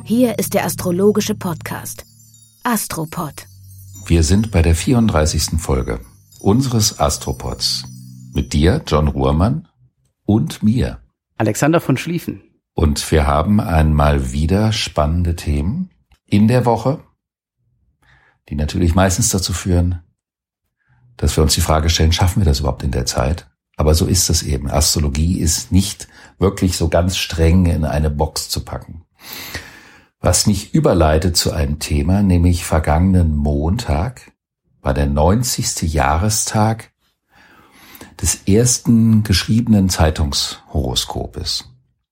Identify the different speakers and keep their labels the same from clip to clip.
Speaker 1: Hier ist der astrologische Podcast Astropod.
Speaker 2: Wir sind bei der 34. Folge unseres Astropods. Mit dir, John Ruhrmann, und mir,
Speaker 3: Alexander von Schlieffen.
Speaker 2: Und wir haben einmal wieder spannende Themen in der Woche, die natürlich meistens dazu führen, dass wir uns die Frage stellen, schaffen wir das überhaupt in der Zeit? Aber so ist es eben. Astrologie ist nicht wirklich so ganz streng in eine Box zu packen. Was mich überleitet zu einem Thema, nämlich vergangenen Montag war der 90. Jahrestag des ersten geschriebenen Zeitungshoroskopes.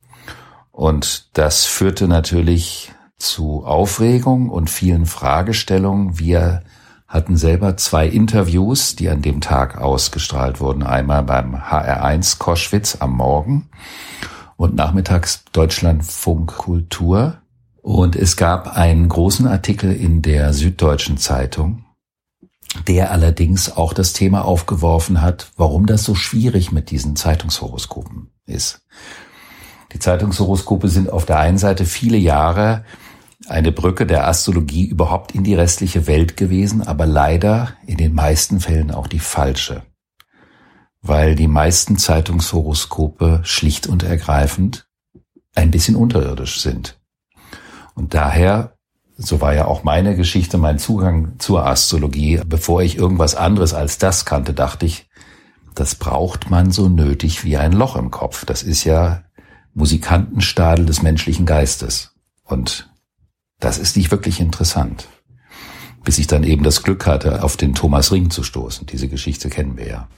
Speaker 2: Und das führte natürlich zu Aufregung und vielen Fragestellungen. Wir hatten selber 2 Interviews, die an dem Tag ausgestrahlt wurden. Einmal beim HR1 Koschwitz am Morgen und nachmittags Deutschlandfunk Kultur. Und es gab einen großen Artikel in der Süddeutschen Zeitung, der allerdings auch das Thema aufgeworfen hat, warum das so schwierig mit diesen Zeitungshoroskopen ist. Die Zeitungshoroskope sind auf der einen Seite viele Jahre eine Brücke der Astrologie überhaupt in die restliche Welt gewesen, aber leider in den meisten Fällen auch die falsche. Weil die meisten Zeitungshoroskope schlicht und ergreifend ein bisschen unterirdisch sind. Und daher, so war ja auch meine Geschichte, mein Zugang zur Astrologie, bevor ich irgendwas anderes als das kannte, dachte ich, das braucht man so nötig wie ein Loch im Kopf. Das ist ja Musikantenstadel des menschlichen Geistes. Und das ist nicht wirklich interessant. Bis ich dann eben das Glück hatte, auf den Thomas Ring zu stoßen. Diese Geschichte kennen wir ja.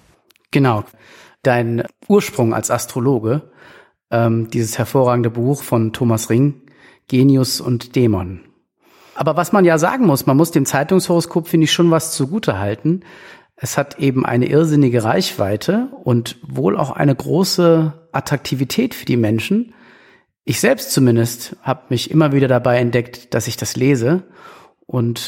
Speaker 3: Genau. Dein Ursprung als Astrologe, dieses hervorragende Buch von Thomas Ring, Genius und Dämon. Aber was man ja sagen muss, man muss dem Zeitungshoroskop, finde ich, schon was zugute halten. Es hat eben eine irrsinnige Reichweite und wohl auch eine große Attraktivität für die Menschen. Ich selbst zumindest habe mich immer wieder dabei entdeckt, dass ich das lese und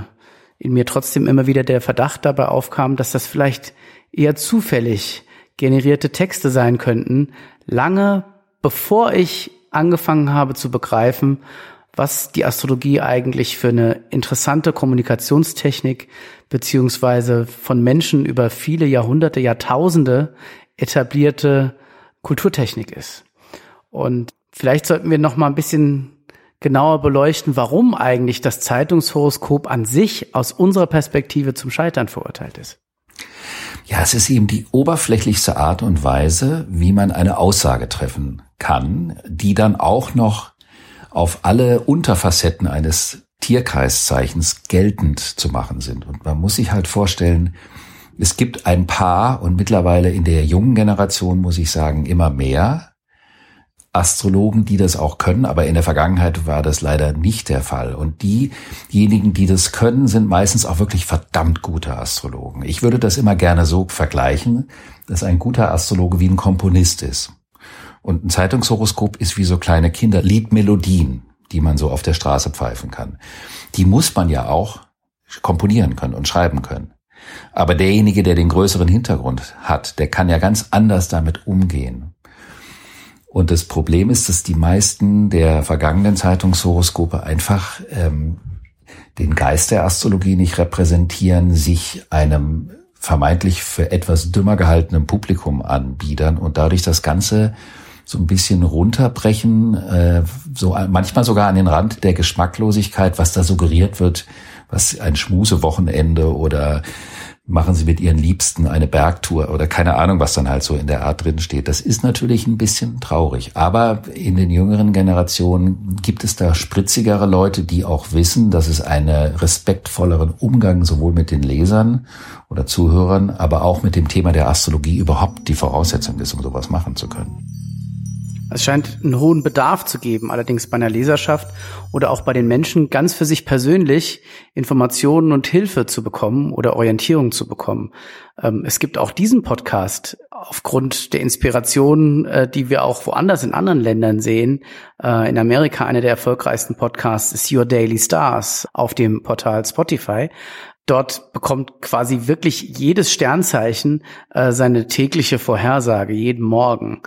Speaker 3: in mir trotzdem immer wieder der Verdacht dabei aufkam, dass das vielleicht eher zufällig generierte Texte sein könnten, lange bevor ich angefangen habe zu begreifen, was die Astrologie eigentlich für eine interessante Kommunikationstechnik beziehungsweise von Menschen über viele Jahrhunderte, Jahrtausende etablierte Kulturtechnik ist. Und vielleicht sollten wir noch mal ein bisschen genauer beleuchten, warum eigentlich das Zeitungshoroskop an sich aus unserer Perspektive zum Scheitern verurteilt ist.
Speaker 2: Ja, es ist eben die oberflächlichste Art und Weise, wie man eine Aussage treffen kann, die dann auch noch auf alle Unterfacetten eines Tierkreiszeichens geltend zu machen sind. Und man muss sich halt vorstellen, es gibt ein paar und mittlerweile in der jungen Generation, muss ich sagen, immer mehr Astrologen, die das auch können, aber in der Vergangenheit war das leider nicht der Fall. Und diejenigen, die das können, sind meistens auch wirklich verdammt gute Astrologen. Ich würde das immer gerne so vergleichen, dass ein guter Astrologe wie ein Komponist ist. Und ein Zeitungshoroskop ist wie so kleine Kinderliedmelodien, die man so auf der Straße pfeifen kann. Die muss man ja auch komponieren können und schreiben können. Aber derjenige, der den größeren Hintergrund hat, der kann ja ganz anders damit umgehen. Und das Problem ist, dass die meisten der vergangenen Zeitungshoroskope einfach den Geist der Astrologie nicht repräsentieren, sich einem vermeintlich für etwas dümmer gehaltenen Publikum anbiedern und dadurch das Ganze so ein bisschen runterbrechen, so manchmal sogar an den Rand der Geschmacklosigkeit, was da suggeriert wird, was ein Schmusewochenende oder machen Sie mit Ihren Liebsten eine Bergtour oder keine Ahnung, was dann halt so in der Art drin steht. Das ist natürlich ein bisschen traurig. Aber in den jüngeren Generationen gibt es da spritzigere Leute, die auch wissen, dass es einen respektvolleren Umgang sowohl mit den Lesern oder Zuhörern, aber auch mit dem Thema der Astrologie überhaupt die Voraussetzung ist, um sowas machen zu können.
Speaker 3: Es scheint einen hohen Bedarf zu geben, allerdings bei einer Leserschaft oder auch bei den Menschen ganz für sich persönlich Informationen und Hilfe zu bekommen oder Orientierung zu bekommen. Es gibt auch diesen Podcast aufgrund der Inspiration, die wir auch woanders in anderen Ländern sehen. In Amerika einer der erfolgreichsten Podcasts ist Your Daily Stars auf dem Portal Spotify. Dort bekommt quasi wirklich jedes Sternzeichen seine tägliche Vorhersage jeden Morgen.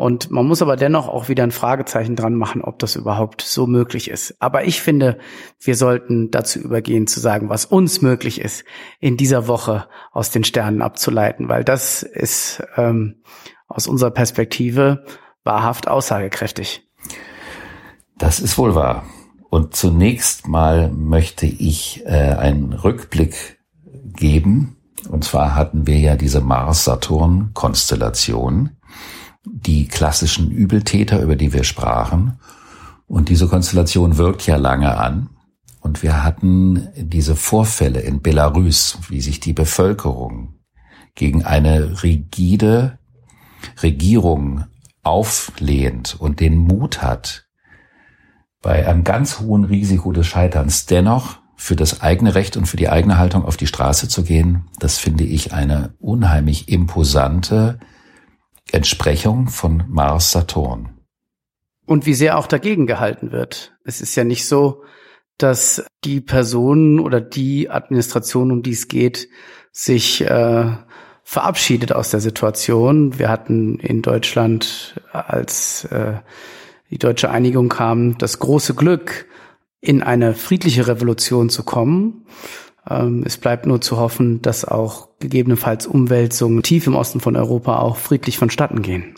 Speaker 3: Und man muss aber dennoch auch wieder ein Fragezeichen dran machen, ob das überhaupt so möglich ist. Aber ich finde, wir sollten dazu übergehen, zu sagen, was uns möglich ist, in dieser Woche aus den Sternen abzuleiten, weil das ist aus unserer Perspektive wahrhaft aussagekräftig.
Speaker 2: Das ist wohl wahr. Und zunächst mal möchte ich einen Rückblick geben. Und zwar hatten wir ja diese Mars-Saturn-Konstellation, die klassischen Übeltäter, über die wir sprachen. Und diese Konstellation wirkt ja lange an. Und wir hatten diese Vorfälle in Belarus, wie sich die Bevölkerung gegen eine rigide Regierung auflehnt und den Mut hat, bei einem ganz hohen Risiko des Scheiterns dennoch für das eigene Recht und für die eigene Haltung auf die Straße zu gehen. Das finde ich eine unheimlich imposante Entsprechung von Mars-Saturn.
Speaker 3: Und wie sehr auch dagegen gehalten wird. Es ist ja nicht so, dass die Person oder die Administration, um die es geht, sich verabschiedet aus der Situation. Wir hatten in Deutschland, als die deutsche Einigung kam, das große Glück, in eine friedliche Revolution zu kommen. Es bleibt nur zu hoffen, dass auch gegebenenfalls Umwälzungen tief im Osten von Europa auch friedlich vonstatten gehen.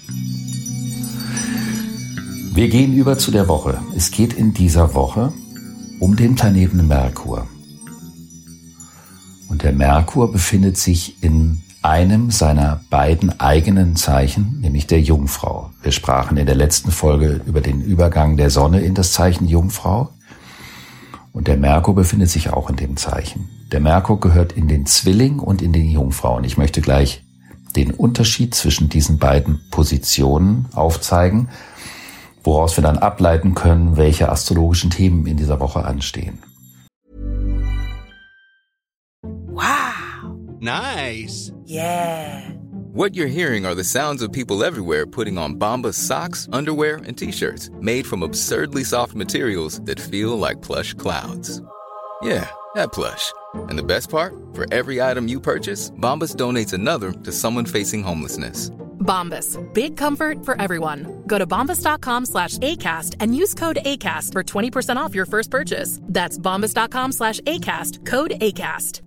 Speaker 2: Wir gehen über zu der Woche. Es geht in dieser Woche um den Planeten Merkur. Und der Merkur befindet sich in einem seiner beiden eigenen Zeichen, nämlich der Jungfrau. Wir sprachen in der letzten Folge über den Übergang der Sonne in das Zeichen Jungfrau. Und der Merkur befindet sich auch in dem Zeichen. Der Merkur gehört in den Zwilling und in den Jungfrau. Und ich möchte gleich den Unterschied zwischen diesen beiden Positionen aufzeigen, woraus wir dann ableiten können, welche astrologischen Themen in dieser Woche anstehen.
Speaker 4: Wow.
Speaker 5: Nice.
Speaker 4: Yeah.
Speaker 5: What you're hearing are the sounds of people everywhere putting on Bombas socks, underwear, and T-shirts made from absurdly soft materials that feel like plush clouds. Yeah, that plush. And the best part? For every item you purchase, Bombas donates another to someone facing homelessness.
Speaker 6: Bombas. Big comfort for everyone. Go to bombas.com/ACAST and use code ACAST for 20% off your first purchase. That's bombas.com/ACAST. Code ACAST.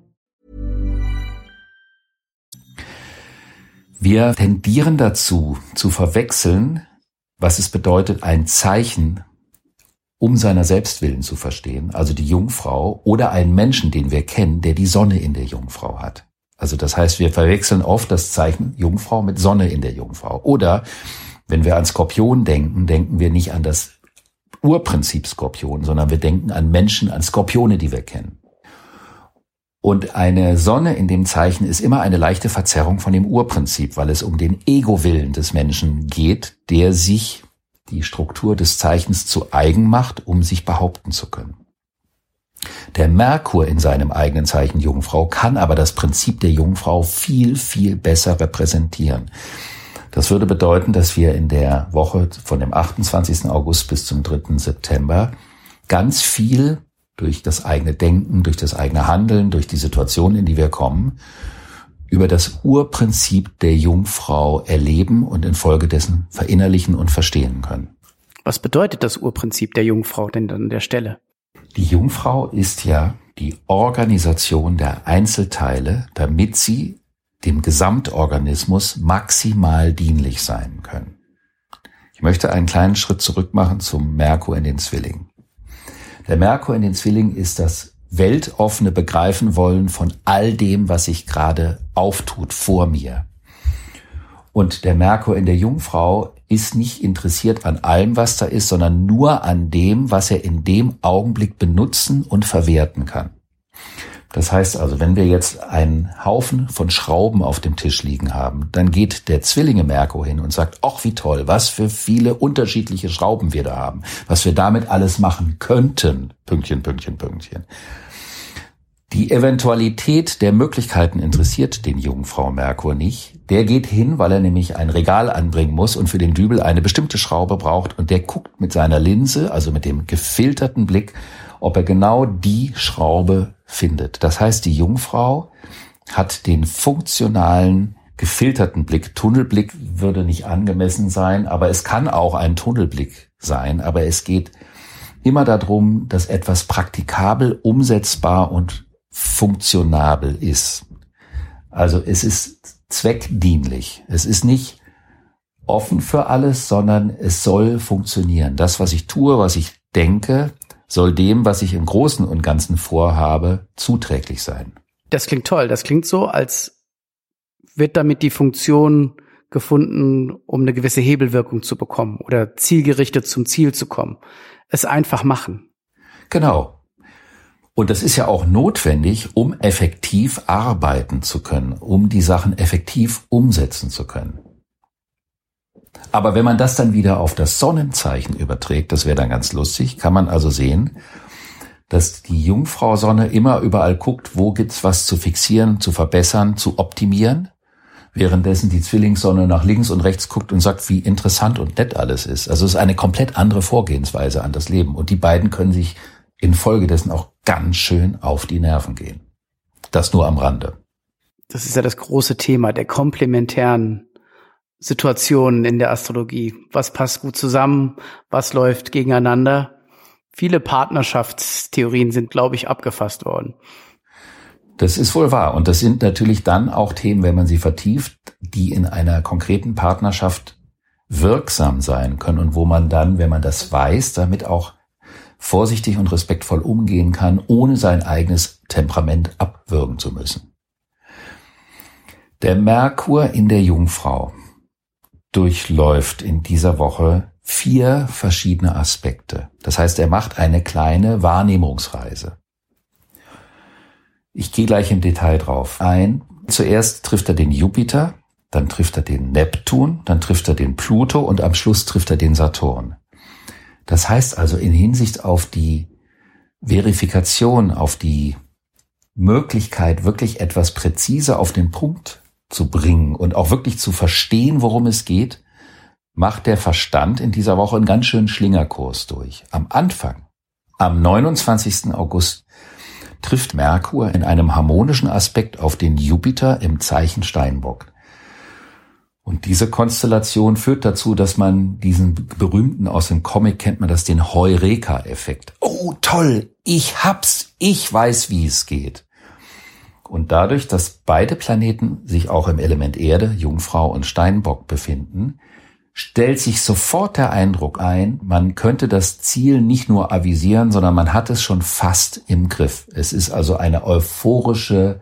Speaker 2: Wir tendieren dazu, zu verwechseln, was es bedeutet, ein Zeichen um seiner selbst willen zu verstehen, also die Jungfrau, oder einen Menschen, den wir kennen, der die Sonne in der Jungfrau hat. Also das heißt, wir verwechseln oft das Zeichen Jungfrau mit Sonne in der Jungfrau. Oder wenn wir an Skorpion denken, denken wir nicht an das Urprinzip Skorpion, sondern wir denken an Menschen, an Skorpione, die wir kennen. Und eine Sonne in dem Zeichen ist immer eine leichte Verzerrung von dem Urprinzip, weil es um den Ego-Willen des Menschen geht, der sich die Struktur des Zeichens zu eigen macht, um sich behaupten zu können. Der Merkur in seinem eigenen Zeichen Jungfrau kann aber das Prinzip der Jungfrau viel, viel besser repräsentieren. Das würde bedeuten, dass wir in der Woche von dem 28. August bis zum 3. September ganz viel durch das eigene Denken, durch das eigene Handeln, durch die Situation, in die wir kommen, über das Urprinzip der Jungfrau erleben und infolgedessen verinnerlichen und verstehen können.
Speaker 3: Was bedeutet das Urprinzip der Jungfrau denn an der Stelle?
Speaker 2: Die Jungfrau ist ja die Organisation der Einzelteile, damit sie dem Gesamtorganismus maximal dienlich sein können. Ich möchte einen kleinen Schritt zurück machen zum Merkur in den Zwillingen. Der Merkur in den Zwillingen ist das weltoffene Begreifen wollen von all dem, was sich gerade auftut vor mir. Und der Merkur in der Jungfrau ist nicht interessiert an allem, was da ist, sondern nur an dem, was er in dem Augenblick benutzen und verwerten kann. Das heißt also, wenn wir jetzt einen Haufen von Schrauben auf dem Tisch liegen haben, dann geht der Zwillinge Merkur hin und sagt, ach wie toll, was für viele unterschiedliche Schrauben wir da haben, was wir damit alles machen könnten, Pünktchen, Pünktchen, Pünktchen. Die Eventualität der Möglichkeiten interessiert den Jungfrau Merkur nicht. Der geht hin, weil er nämlich ein Regal anbringen muss und für den Dübel eine bestimmte Schraube braucht und der guckt mit seiner Linse, also mit dem gefilterten Blick, ob er genau die Schraube findet. Das heißt, die Jungfrau hat den funktionalen gefilterten Blick. Tunnelblick würde nicht angemessen sein, aber es kann auch ein Tunnelblick sein. Aber es geht immer darum, dass etwas praktikabel, umsetzbar und funktionabel ist. Also es ist zweckdienlich. Es ist nicht offen für alles, sondern es soll funktionieren. Das, was ich tue, was ich denke, soll dem, was ich im Großen und Ganzen vorhabe, zuträglich sein.
Speaker 3: Das klingt toll. Das klingt so, als wird damit die Funktion gefunden, um eine gewisse Hebelwirkung zu bekommen oder zielgerichtet zum Ziel zu kommen. Es einfach machen.
Speaker 2: Genau. Und das ist ja auch notwendig, um effektiv arbeiten zu können, um die Sachen effektiv umsetzen zu können. Aber wenn man das dann wieder auf das Sonnenzeichen überträgt, das wäre dann ganz lustig, kann man also sehen, dass die Jungfrau Sonne immer überall guckt, wo gibt's was zu fixieren, zu verbessern, zu optimieren, währenddessen die Zwillingssonne nach links und rechts guckt und sagt, wie interessant und nett alles ist. Also es ist eine komplett andere Vorgehensweise an das Leben. Und die beiden können sich infolgedessen auch ganz schön auf die Nerven gehen. Das nur am Rande.
Speaker 3: Das ist ja das große Thema der komplementären Situationen in der Astrologie. Was passt gut zusammen? Was läuft gegeneinander? Viele Partnerschaftstheorien sind, glaube ich, abgefasst worden.
Speaker 2: Das ist wohl wahr. Und das sind natürlich dann auch Themen, wenn man sie vertieft, die in einer konkreten Partnerschaft wirksam sein können und wo man dann, wenn man das weiß, damit auch vorsichtig und respektvoll umgehen kann, ohne sein eigenes Temperament abwürgen zu müssen. Der Merkur in der Jungfrau durchläuft in dieser Woche 4 verschiedene Aspekte. Das heißt, er macht eine kleine Wahrnehmungsreise. Ich gehe gleich im Detail drauf ein. Zuerst trifft er den Jupiter, dann trifft er den Neptun, dann trifft er den Pluto und am Schluss trifft er den Saturn. Das heißt also in Hinsicht auf die Verifikation, auf die Möglichkeit, wirklich etwas präziser auf den Punkt zu bringen und auch wirklich zu verstehen, worum es geht, macht der Verstand in dieser Woche einen ganz schönen Schlingerkurs durch. Am Anfang, am 29. August, trifft Merkur in einem harmonischen Aspekt auf den Jupiter im Zeichen Steinbock. Und diese Konstellation führt dazu, dass man diesen berühmten, aus dem Comic kennt man das, den Heureka-Effekt. Oh, toll, ich hab's, ich weiß, wie es geht. Und dadurch, dass beide Planeten sich auch im Element Erde, Jungfrau und Steinbock befinden, stellt sich sofort der Eindruck ein, man könnte das Ziel nicht nur avisieren, sondern man hat es schon fast im Griff. Es ist also eine euphorische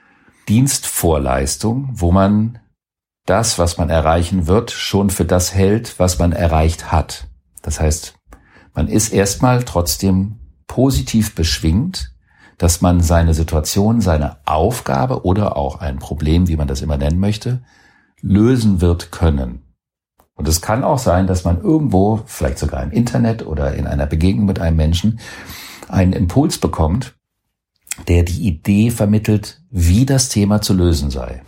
Speaker 2: Dienstvorleistung, wo man das, was man erreichen wird, schon für das hält, was man erreicht hat. Das heißt, man ist erstmal trotzdem positiv beschwingt, dass man seine Situation, seine Aufgabe oder auch ein Problem, wie man das immer nennen möchte, lösen wird können. Und es kann auch sein, dass man irgendwo, vielleicht sogar im Internet oder in einer Begegnung mit einem Menschen, einen Impuls bekommt, der die Idee vermittelt, wie das Thema zu lösen sei.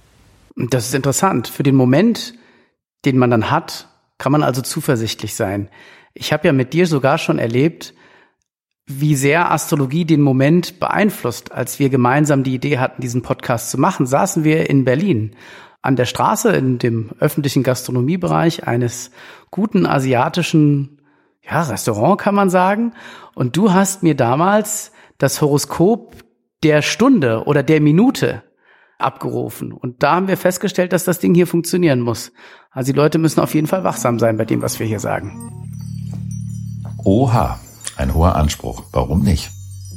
Speaker 3: Das ist interessant. Für den Moment, den man dann hat, kann man also zuversichtlich sein. Ich habe ja mit dir sogar schon erlebt, wie sehr Astrologie den Moment beeinflusst. Als wir gemeinsam die Idee hatten, diesen Podcast zu machen, saßen wir in Berlin an der Straße in dem öffentlichen Gastronomiebereich eines guten asiatischen Restaurant, kann man sagen. Und du hast mir damals das Horoskop der Stunde oder der Minute abgerufen. Und da haben wir festgestellt, dass das Ding hier funktionieren muss. Also die Leute müssen auf jeden Fall wachsam sein bei dem, was wir hier sagen.
Speaker 2: Oha, ein hoher Anspruch. Warum nicht?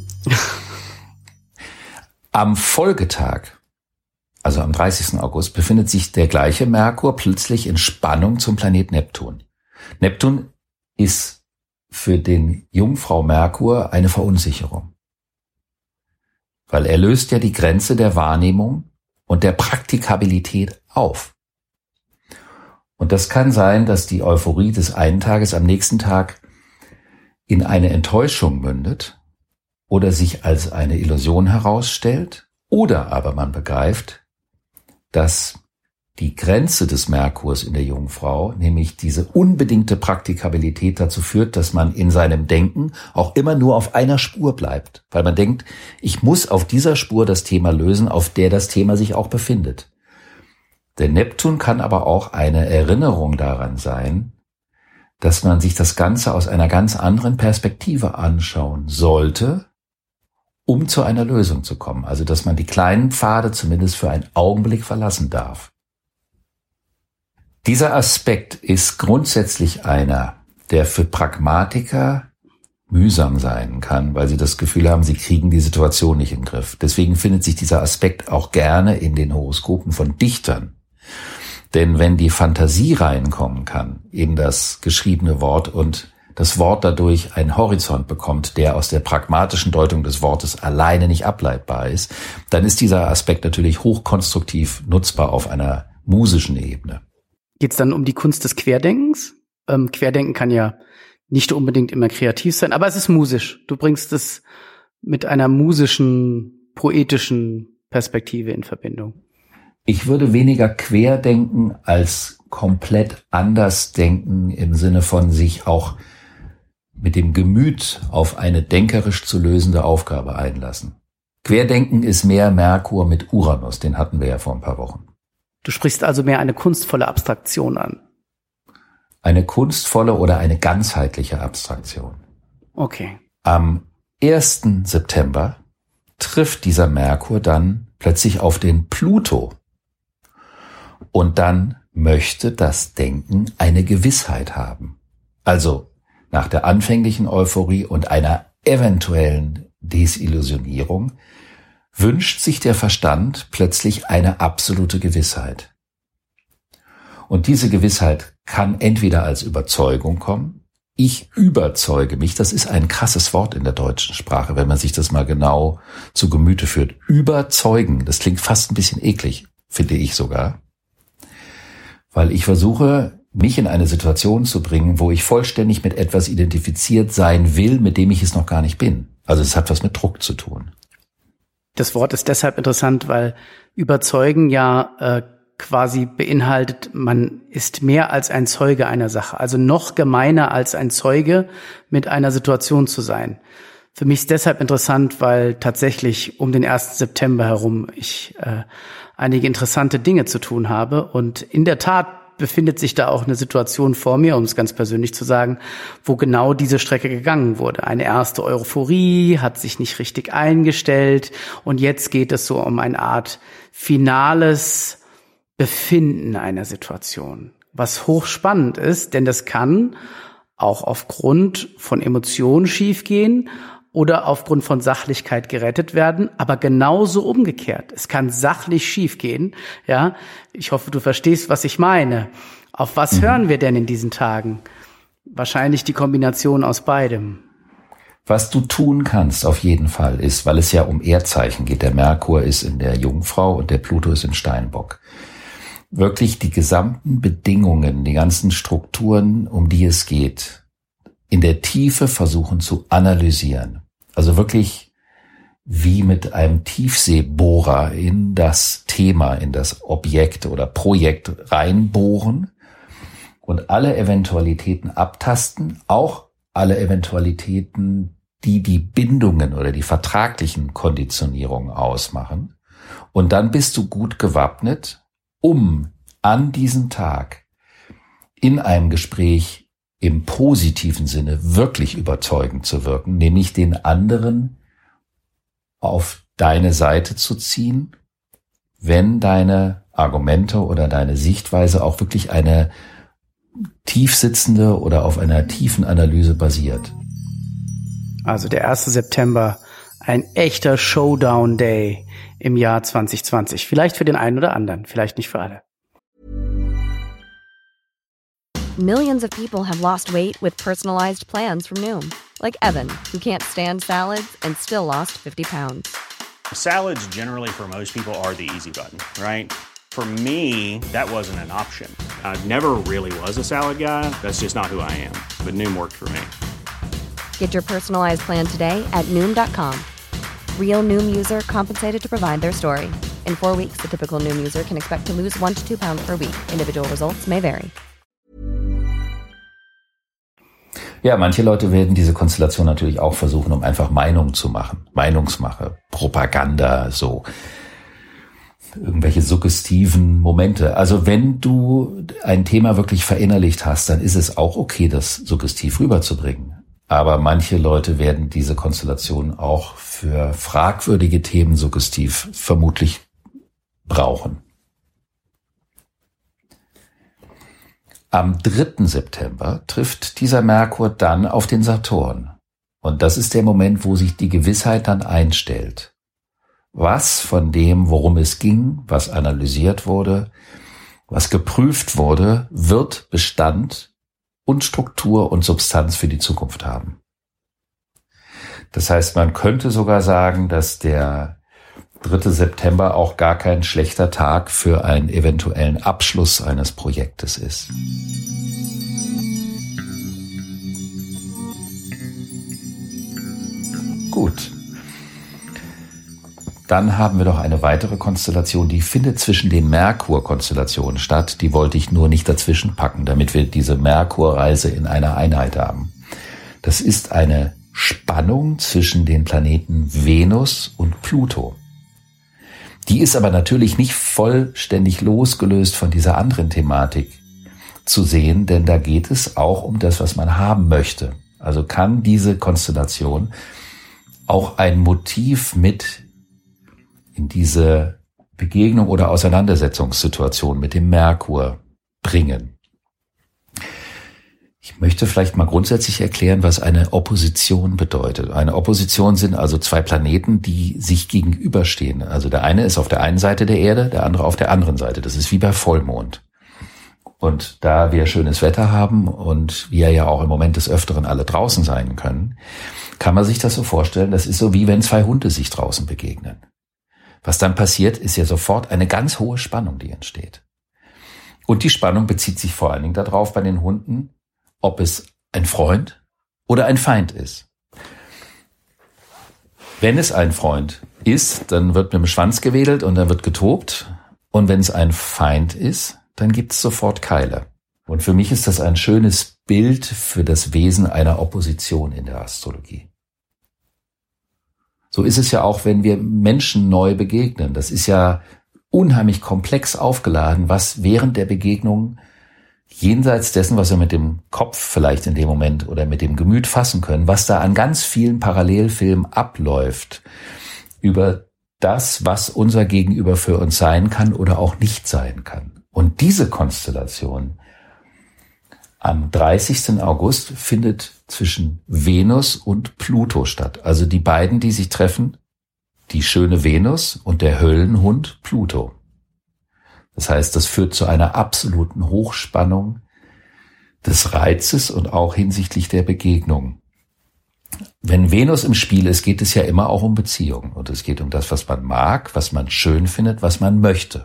Speaker 2: Am Folgetag, also am 30. August, befindet sich der gleiche Merkur plötzlich in Spannung zum Planet Neptun. Neptun ist für den Jungfrau Merkur eine Verunsicherung. Weil er löst ja die Grenze der Wahrnehmung und der Praktikabilität auf. Und das kann sein, dass die Euphorie des einen Tages am nächsten Tag in eine Enttäuschung mündet oder sich als eine Illusion herausstellt, oder aber man begreift, dass die Grenze des Merkurs in der Jungfrau, nämlich diese unbedingte Praktikabilität, dazu führt, dass man in seinem Denken auch immer nur auf einer Spur bleibt. Weil man denkt, ich muss auf dieser Spur das Thema lösen, auf der das Thema sich auch befindet. Der Neptun kann aber auch eine Erinnerung daran sein, dass man sich das Ganze aus einer ganz anderen Perspektive anschauen sollte, um zu einer Lösung zu kommen. Also, dass man die kleinen Pfade zumindest für einen Augenblick verlassen darf. Dieser Aspekt ist grundsätzlich einer, der für Pragmatiker mühsam sein kann, weil sie das Gefühl haben, sie kriegen die Situation nicht in den Griff. Deswegen findet sich dieser Aspekt auch gerne in den Horoskopen von Dichtern. Denn wenn die Fantasie reinkommen kann in das geschriebene Wort und das Wort dadurch einen Horizont bekommt, der aus der pragmatischen Deutung des Wortes alleine nicht ableitbar ist, dann ist dieser Aspekt natürlich hochkonstruktiv nutzbar auf einer musischen Ebene.
Speaker 3: Geht es dann um die Kunst des Querdenkens? Querdenken kann ja nicht unbedingt immer kreativ sein, aber es ist musisch. Du bringst es mit einer musischen, poetischen Perspektive in Verbindung.
Speaker 2: Ich würde weniger querdenken als komplett anders denken im Sinne von sich auch mit dem Gemüt auf eine denkerisch zu lösende Aufgabe einlassen. Querdenken ist mehr Merkur mit Uranus, den hatten wir ja vor ein paar Wochen.
Speaker 3: Du sprichst also mehr eine kunstvolle Abstraktion an.
Speaker 2: Eine kunstvolle oder eine ganzheitliche Abstraktion.
Speaker 3: Okay.
Speaker 2: Am 1. September trifft dieser Merkur dann plötzlich auf den Pluto. Und dann möchte das Denken eine Gewissheit haben. Also nach der anfänglichen Euphorie und einer eventuellen Desillusionierung wünscht sich der Verstand plötzlich eine absolute Gewissheit. Und diese Gewissheit kann entweder als Überzeugung kommen. Ich überzeuge mich, das ist ein krasses Wort in der deutschen Sprache, wenn man sich das mal genau zu Gemüte führt. Überzeugen, das klingt fast ein bisschen eklig, finde ich sogar. Weil ich versuche, mich in eine Situation zu bringen, wo ich vollständig mit etwas identifiziert sein will, mit dem ich es noch gar nicht bin. Also es hat was mit Druck zu tun.
Speaker 3: Das Wort ist deshalb interessant, weil überzeugen ja quasi beinhaltet, man ist mehr als ein Zeuge einer Sache. Also noch gemeiner als ein Zeuge mit einer Situation zu sein. Für mich ist deshalb interessant, weil tatsächlich um den 1. September herum ich einige interessante Dinge zu tun habe. Und in der Tat befindet sich da auch eine Situation vor mir, um es ganz persönlich zu sagen, wo genau diese Strecke gegangen wurde. Eine erste Euphorie hat sich nicht richtig eingestellt und jetzt geht es so um eine Art finales Befinden einer Situation, was hochspannend ist, denn das kann auch aufgrund von Emotionen schiefgehen oder aufgrund von Sachlichkeit gerettet werden, aber genauso umgekehrt. Es kann sachlich schiefgehen, ja. Ich hoffe, du verstehst, was ich meine. Auf was hören wir denn in diesen Tagen? Wahrscheinlich die Kombination aus beidem.
Speaker 2: Was du tun kannst auf jeden Fall ist, weil es ja um Erdzeichen geht, der Merkur ist in der Jungfrau und der Pluto ist in Steinbock, wirklich die gesamten Bedingungen, die ganzen Strukturen, um die es geht, in der Tiefe versuchen zu analysieren. Also wirklich wie mit einem Tiefseebohrer in das Thema, in das Objekt oder Projekt reinbohren und alle Eventualitäten abtasten, auch alle Eventualitäten, die die Bindungen oder die vertraglichen Konditionierungen ausmachen. Und dann bist du gut gewappnet, um an diesem Tag in einem Gespräch im positiven Sinne wirklich überzeugend zu wirken, nämlich den anderen auf deine Seite zu ziehen, wenn deine Argumente oder deine Sichtweise auch wirklich eine tiefsitzende oder auf einer tiefen Analyse basiert.
Speaker 3: Also der 1. September, ein echter Showdown-Day im Jahr 2020. Vielleicht für den einen oder anderen, vielleicht nicht für alle.
Speaker 7: Millions of people have lost weight with personalized plans from Noom. Like Evan, who can't stand salads and still lost 50 pounds.
Speaker 8: Salads generally for most people are the easy button, right? For me, that wasn't an option. I never really was a salad guy. That's just not who I am. But Noom worked for me.
Speaker 7: Get your personalized plan today at Noom.com. Real Noom user compensated to provide their story. In 4 weeks, the typical Noom user can expect to lose 1 to 2 pounds per week. Individual results may vary.
Speaker 2: Ja, manche Leute werden diese Konstellation natürlich auch versuchen, um einfach Meinung zu machen. Meinungsmache, Propaganda, so. irgendwelche suggestiven Momente. Also wenn du ein Thema wirklich verinnerlicht hast, dann ist es auch okay, das suggestiv rüberzubringen. Aber manche Leute werden diese Konstellation auch für fragwürdige Themen suggestiv vermutlich brauchen. Am 3. September trifft dieser Merkur dann auf den Saturn. Und das ist der Moment, wo sich die Gewissheit dann einstellt. Was von dem, worum es ging, was analysiert wurde, was geprüft wurde, wird Bestand und Struktur und Substanz für die Zukunft haben. Das heißt, man könnte sogar sagen, dass der 3. September auch gar kein schlechter Tag für einen eventuellen Abschluss eines Projektes ist. Gut. Dann haben wir noch eine weitere Konstellation, die findet zwischen den Merkur-Konstellationen statt. Die wollte ich nur nicht dazwischen packen, damit wir diese Merkur-Reise in einer Einheit haben. Das ist eine Spannung zwischen den Planeten Venus und Pluto. Die ist aber natürlich nicht vollständig losgelöst von dieser anderen Thematik zu sehen, denn da geht es auch um das, was man haben möchte. Also kann diese Konstellation auch ein Motiv mit in diese Begegnung oder Auseinandersetzungssituation mit dem Merkur bringen. Ich möchte vielleicht mal grundsätzlich erklären, was eine Opposition bedeutet. Eine Opposition sind also zwei Planeten, die sich gegenüberstehen. Also der eine ist auf der einen Seite der Erde, der andere auf der anderen Seite. Das ist wie bei Vollmond. Und da wir schönes Wetter haben und wir ja auch im Moment des Öfteren alle draußen sein können, kann man sich das so vorstellen, das ist so wie wenn zwei Hunde sich draußen begegnen. Was dann passiert, ist ja sofort eine ganz hohe Spannung, die entsteht. Und die Spannung bezieht sich vor allen Dingen darauf bei den Hunden, ob es ein Freund oder ein Feind ist. Wenn es ein Freund ist, dann wird mit dem Schwanz gewedelt und dann wird getobt. Und wenn es ein Feind ist, dann gibt es sofort Keile. Und für mich ist das ein schönes Bild für das Wesen einer Opposition in der Astrologie. So ist es ja auch, wenn wir Menschen neu begegnen. Das ist ja unheimlich komplex aufgeladen, was während der Begegnung jenseits dessen, was wir mit dem Kopf vielleicht in dem Moment oder mit dem Gemüt fassen können, was da an ganz vielen Parallelfilmen abläuft über das, was unser Gegenüber für uns sein kann oder auch nicht sein kann. Und diese Konstellation am 30. August findet zwischen Venus und Pluto statt. Also die beiden, die sich treffen, die schöne Venus und der Höllenhund Pluto. Das heißt, das führt zu einer absoluten Hochspannung des Reizes und auch hinsichtlich der Begegnung. Wenn Venus im Spiel ist, geht es ja immer auch um Beziehungen. Und es geht um das, was man mag, was man schön findet, was man möchte.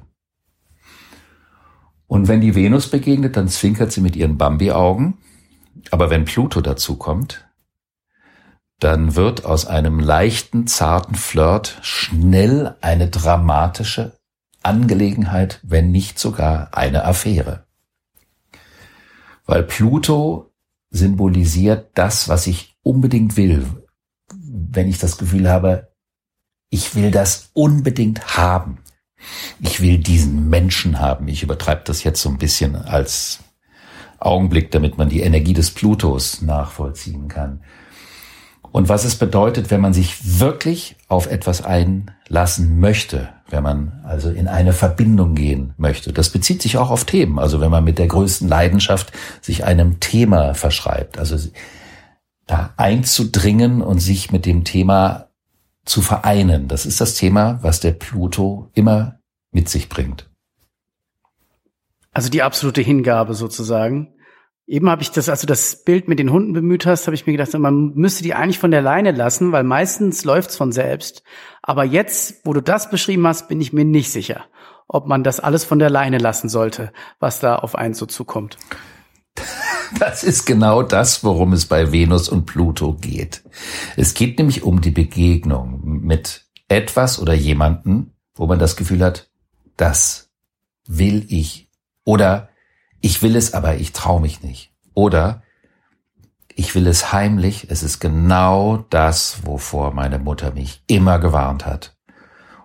Speaker 2: Und wenn die Venus begegnet, dann zwinkert sie mit ihren Bambi-Augen. Aber wenn Pluto dazukommt, dann wird aus einem leichten, zarten Flirt schnell eine dramatische Angelegenheit, wenn nicht sogar eine Affäre. Weil Pluto symbolisiert das, was ich unbedingt will. Wenn ich das Gefühl habe, ich will das unbedingt haben. Ich will diesen Menschen haben. Ich übertreibe das jetzt so ein bisschen als Augenblick, damit man die Energie des Plutos nachvollziehen kann. Und was es bedeutet, wenn man sich wirklich auf etwas einlassen möchte, wenn man also in eine Verbindung gehen möchte. Das bezieht sich auch auf Themen. Also wenn man mit der größten Leidenschaft sich einem Thema verschreibt. Also da einzudringen und sich mit dem Thema zu vereinen. Das ist das Thema, was der Pluto immer mit sich bringt.
Speaker 3: Also die absolute Hingabe sozusagen. Eben habe ich das Bild mit den Hunden bemüht hast, habe ich mir gedacht, man müsste die eigentlich von der Leine lassen, weil meistens läuft's von selbst. Aber jetzt, wo du das beschrieben hast, bin ich mir nicht sicher, ob man das alles von der Leine lassen sollte, was da auf einen so zukommt.
Speaker 2: Das ist genau das, worum es bei Venus und Pluto geht. Es geht nämlich um die Begegnung mit etwas oder jemanden, wo man das Gefühl hat, das will ich. Oder ich will es, aber ich traue mich nicht. Oder ich will es heimlich. Es ist genau das, wovor meine Mutter mich immer gewarnt hat.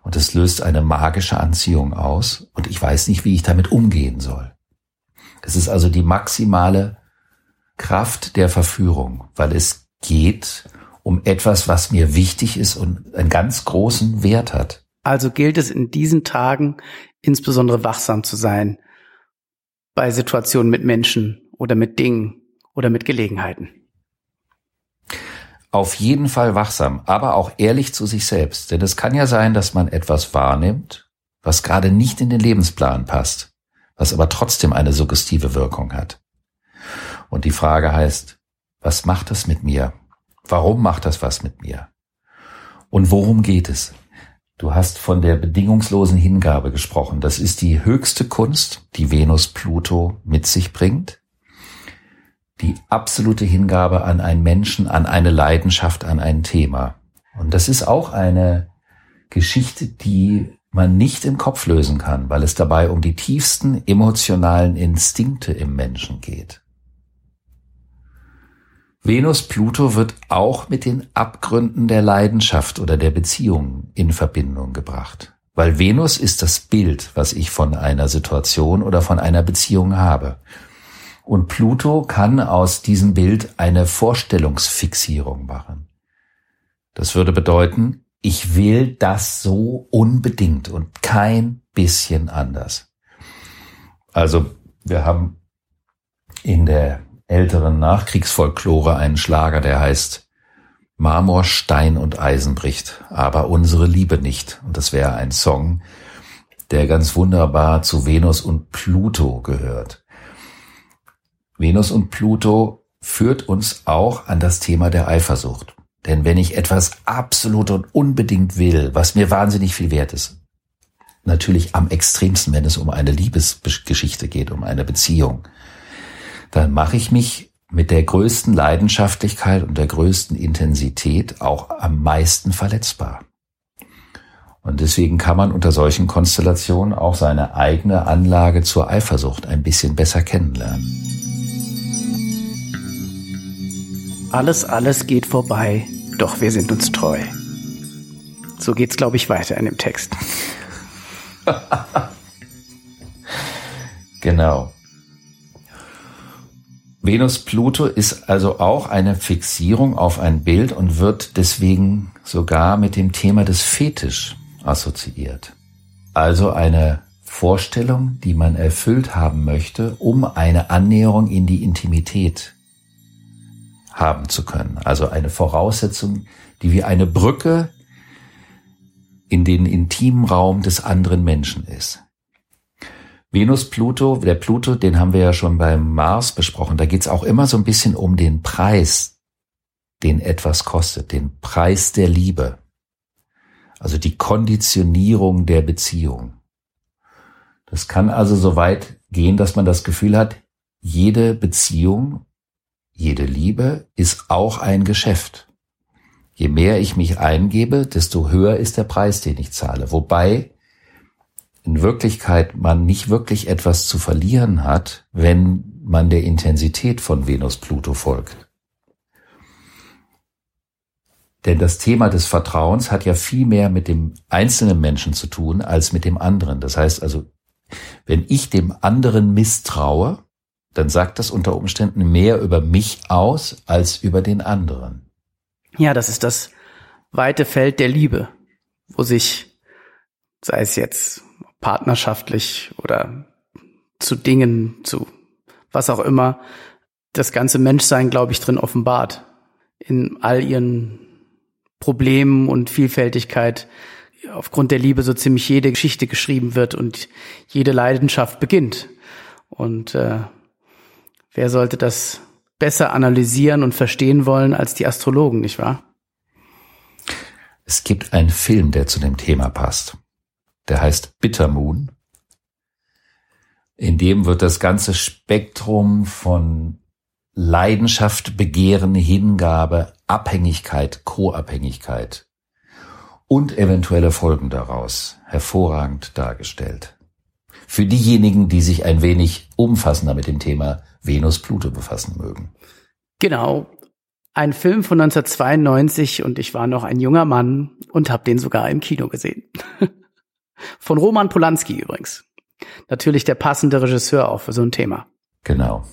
Speaker 2: Und es löst eine magische Anziehung aus und ich weiß nicht, wie ich damit umgehen soll. Es ist also die maximale Kraft der Verführung, weil es geht um etwas, was mir wichtig ist und einen ganz großen Wert hat.
Speaker 3: Also gilt es in diesen Tagen insbesondere wachsam zu sein bei Situationen mit Menschen oder mit Dingen oder mit Gelegenheiten.
Speaker 2: Auf jeden Fall wachsam, aber auch ehrlich zu sich selbst. Denn es kann ja sein, dass man etwas wahrnimmt, was gerade nicht in den Lebensplan passt, was aber trotzdem eine suggestive Wirkung hat. Und die Frage heißt, was macht das mit mir? Warum macht das was mit mir? Und worum geht es? Du hast von der bedingungslosen Hingabe gesprochen. Das ist die höchste Kunst, die Venus Pluto mit sich bringt. Die absolute Hingabe an einen Menschen, an eine Leidenschaft, an ein Thema. Und das ist auch eine Geschichte, die man nicht im Kopf lösen kann, weil es dabei um die tiefsten emotionalen Instinkte im Menschen geht. Venus-Pluto wird auch mit den Abgründen der Leidenschaft oder der Beziehung in Verbindung gebracht. Weil Venus ist das Bild, was ich von einer Situation oder von einer Beziehung habe. Und Pluto kann aus diesem Bild eine Vorstellungsfixierung machen. Das würde bedeuten, ich will das so unbedingt und kein bisschen anders. Also wir haben in der älteren Nachkriegsfolklore einen Schlager, der heißt Marmor, Stein und Eisen bricht, aber unsere Liebe nicht. Und das wäre ein Song, der ganz wunderbar zu Venus und Pluto gehört. Venus und Pluto führt uns auch an das Thema der Eifersucht. Denn wenn ich etwas absolut und unbedingt will, was mir wahnsinnig viel wert ist, natürlich am extremsten, wenn es um eine Liebesgeschichte geht, um eine Beziehung, dann mache ich mich mit der größten Leidenschaftlichkeit und der größten Intensität auch am meisten verletzbar. Und deswegen kann man unter solchen Konstellationen auch seine eigene Anlage zur Eifersucht ein bisschen besser kennenlernen.
Speaker 3: Alles geht vorbei, doch wir sind uns treu. So geht's, glaube ich, weiter in dem Text.
Speaker 2: Genau. Venus-Pluto ist also auch eine Fixierung auf ein Bild und wird deswegen sogar mit dem Thema des Fetisch assoziiert. Also eine Vorstellung, die man erfüllt haben möchte, um eine Annäherung in die Intimität haben zu können. Also eine Voraussetzung, die wie eine Brücke in den intimen Raum des anderen Menschen ist. Venus-Pluto, der Pluto, den haben wir ja schon beim Mars besprochen, da geht's auch immer so ein bisschen um den Preis, den etwas kostet, den Preis der Liebe. Also die Konditionierung der Beziehung. Das kann also so weit gehen, dass man das Gefühl hat, jede Beziehung, jede Liebe ist auch ein Geschäft. Je mehr ich mich eingebe, desto höher ist der Preis, den ich zahle. Wobei in Wirklichkeit man nicht wirklich etwas zu verlieren hat, wenn man der Intensität von Venus-Pluto folgt. Denn das Thema des Vertrauens hat ja viel mehr mit dem einzelnen Menschen zu tun als mit dem anderen. Das heißt also, wenn ich dem anderen misstraue, dann sagt das unter Umständen mehr über mich aus als über den anderen.
Speaker 3: Ja, das ist das weite Feld der Liebe, wo sich, sei es jetzt partnerschaftlich oder zu Dingen, zu was auch immer, das ganze Menschsein, glaube ich, drin offenbart. In all ihren Problemen und Vielfältigkeit, aufgrund der Liebe so ziemlich jede Geschichte geschrieben wird und jede Leidenschaft beginnt. Und wer sollte das besser analysieren und verstehen wollen als die Astrologen, nicht wahr?
Speaker 2: Es gibt einen Film, der zu dem Thema passt. Der heißt Bitter Moon. In dem wird das ganze Spektrum von Leidenschaft, Begehren, Hingabe, Abhängigkeit, Co-Abhängigkeit und eventuelle Folgen daraus hervorragend dargestellt. Für diejenigen, die sich ein wenig umfassender mit dem Thema Venus-Pluto befassen mögen.
Speaker 3: Genau. Ein Film von 1992 und ich war noch ein junger Mann und habe den sogar im Kino gesehen. Von Roman Polanski übrigens. Natürlich der passende Regisseur auch für so ein Thema.
Speaker 2: Genau.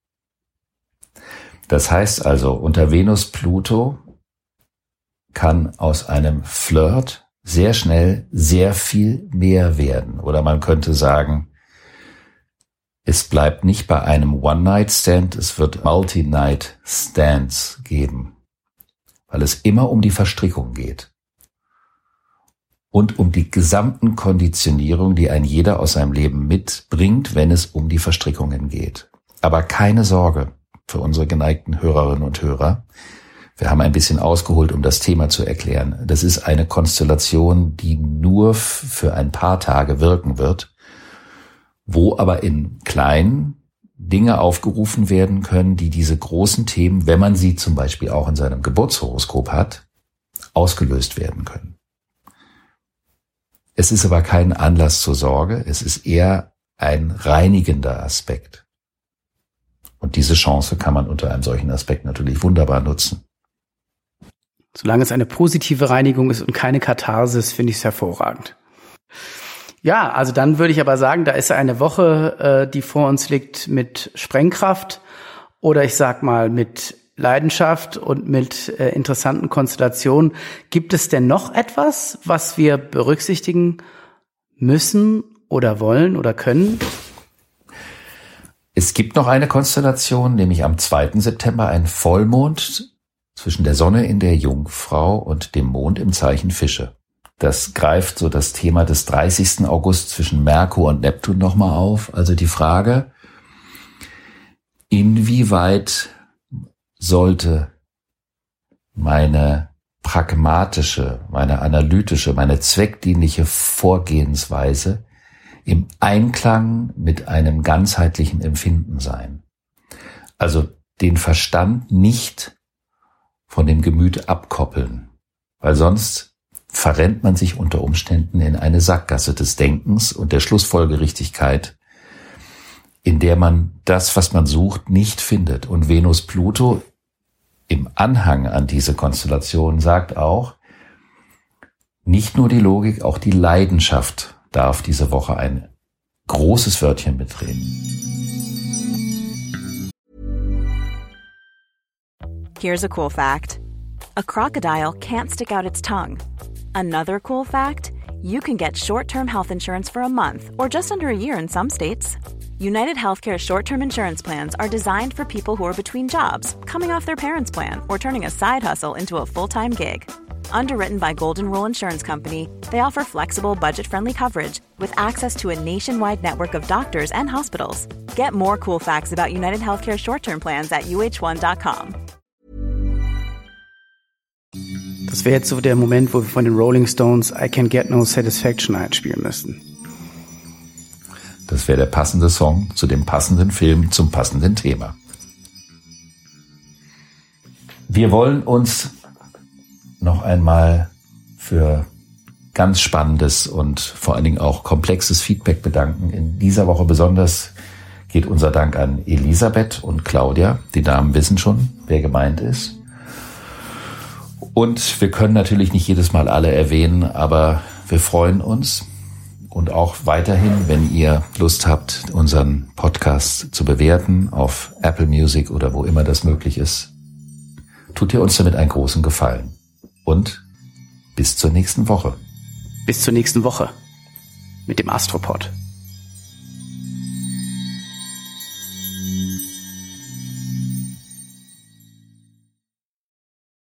Speaker 2: Das heißt also, unter Venus Pluto kann aus einem Flirt sehr schnell sehr viel mehr werden. Oder man könnte sagen, es bleibt nicht bei einem One-Night-Stand, es wird Multi-Night-Stands geben, weil es immer um die Verstrickung geht und um die gesamten Konditionierungen, die ein jeder aus seinem Leben mitbringt, wenn es um die Verstrickungen geht. Aber keine Sorge für unsere geneigten Hörerinnen und Hörer. Wir haben ein bisschen ausgeholt, um das Thema zu erklären. Das ist eine Konstellation, die nur für ein paar Tage wirken wird, wo aber in kleinen Dinge aufgerufen werden können, die diese großen Themen, wenn man sie zum Beispiel auch in seinem Geburtshoroskop hat, ausgelöst werden können. Es ist aber kein Anlass zur Sorge, es ist eher ein reinigender Aspekt. Und diese Chance kann man unter einem solchen Aspekt natürlich wunderbar nutzen.
Speaker 3: Solange es eine positive Reinigung ist und keine Katharsis, finde ich es hervorragend. Ja, also dann würde ich aber sagen, da ist eine Woche, die vor uns liegt mit Sprengkraft oder ich sag mal mit Leidenschaft und mit interessanten Konstellationen. Gibt es denn noch etwas, was wir berücksichtigen müssen oder wollen oder können?
Speaker 2: Es gibt noch eine Konstellation, nämlich am 2. September ein Vollmond zwischen der Sonne in der Jungfrau und dem Mond im Zeichen Fische. Das greift so das Thema des 30. August zwischen Merkur und Neptun nochmal auf. Also die Frage, inwieweit sollte meine pragmatische, meine analytische, meine zweckdienliche Vorgehensweise im Einklang mit einem ganzheitlichen Empfinden sein? Also den Verstand nicht von dem Gemüt abkoppeln, weil sonst verrennt man sich unter Umständen in eine Sackgasse des Denkens und der Schlussfolgerichtigkeit, in der man das, was man sucht, nicht findet. Und Venus-Pluto im Anhang an diese Konstellation sagt auch, nicht nur die Logik, auch die Leidenschaft darf diese Woche ein großes Wörtchen mitreden.
Speaker 9: Here's a cool fact. A crocodile can't stick out its tongue. Another cool fact, you can get short-term health insurance for a month or just under a year in some states. United Healthcare short-term insurance plans are designed for people who are between jobs, coming off their parents' plan, or turning a side hustle into a full-time gig. Underwritten by Golden Rule Insurance Company, they offer flexible, budget-friendly coverage with access to a nationwide network of doctors and hospitals. Get more cool facts about United Healthcare short-term plans at uh1.com.
Speaker 3: Das wäre jetzt so der Moment, wo wir von den Rolling Stones I Can Get No Satisfaction einspielen müssten.
Speaker 2: Das wäre der passende Song zu dem passenden Film, zum passenden Thema. Wir wollen uns noch einmal für ganz spannendes und vor allen Dingen auch komplexes Feedback bedanken. In dieser Woche besonders geht unser Dank an Elisabeth und Claudia. Die Damen wissen schon, wer gemeint ist. Und wir können natürlich nicht jedes Mal alle erwähnen, aber wir freuen uns. Und auch weiterhin, wenn ihr Lust habt, unseren Podcast zu bewerten auf Apple Music oder wo immer das möglich ist, tut ihr uns damit einen großen Gefallen. Und bis zur nächsten Woche.
Speaker 3: Bis zur nächsten Woche mit dem Astropod.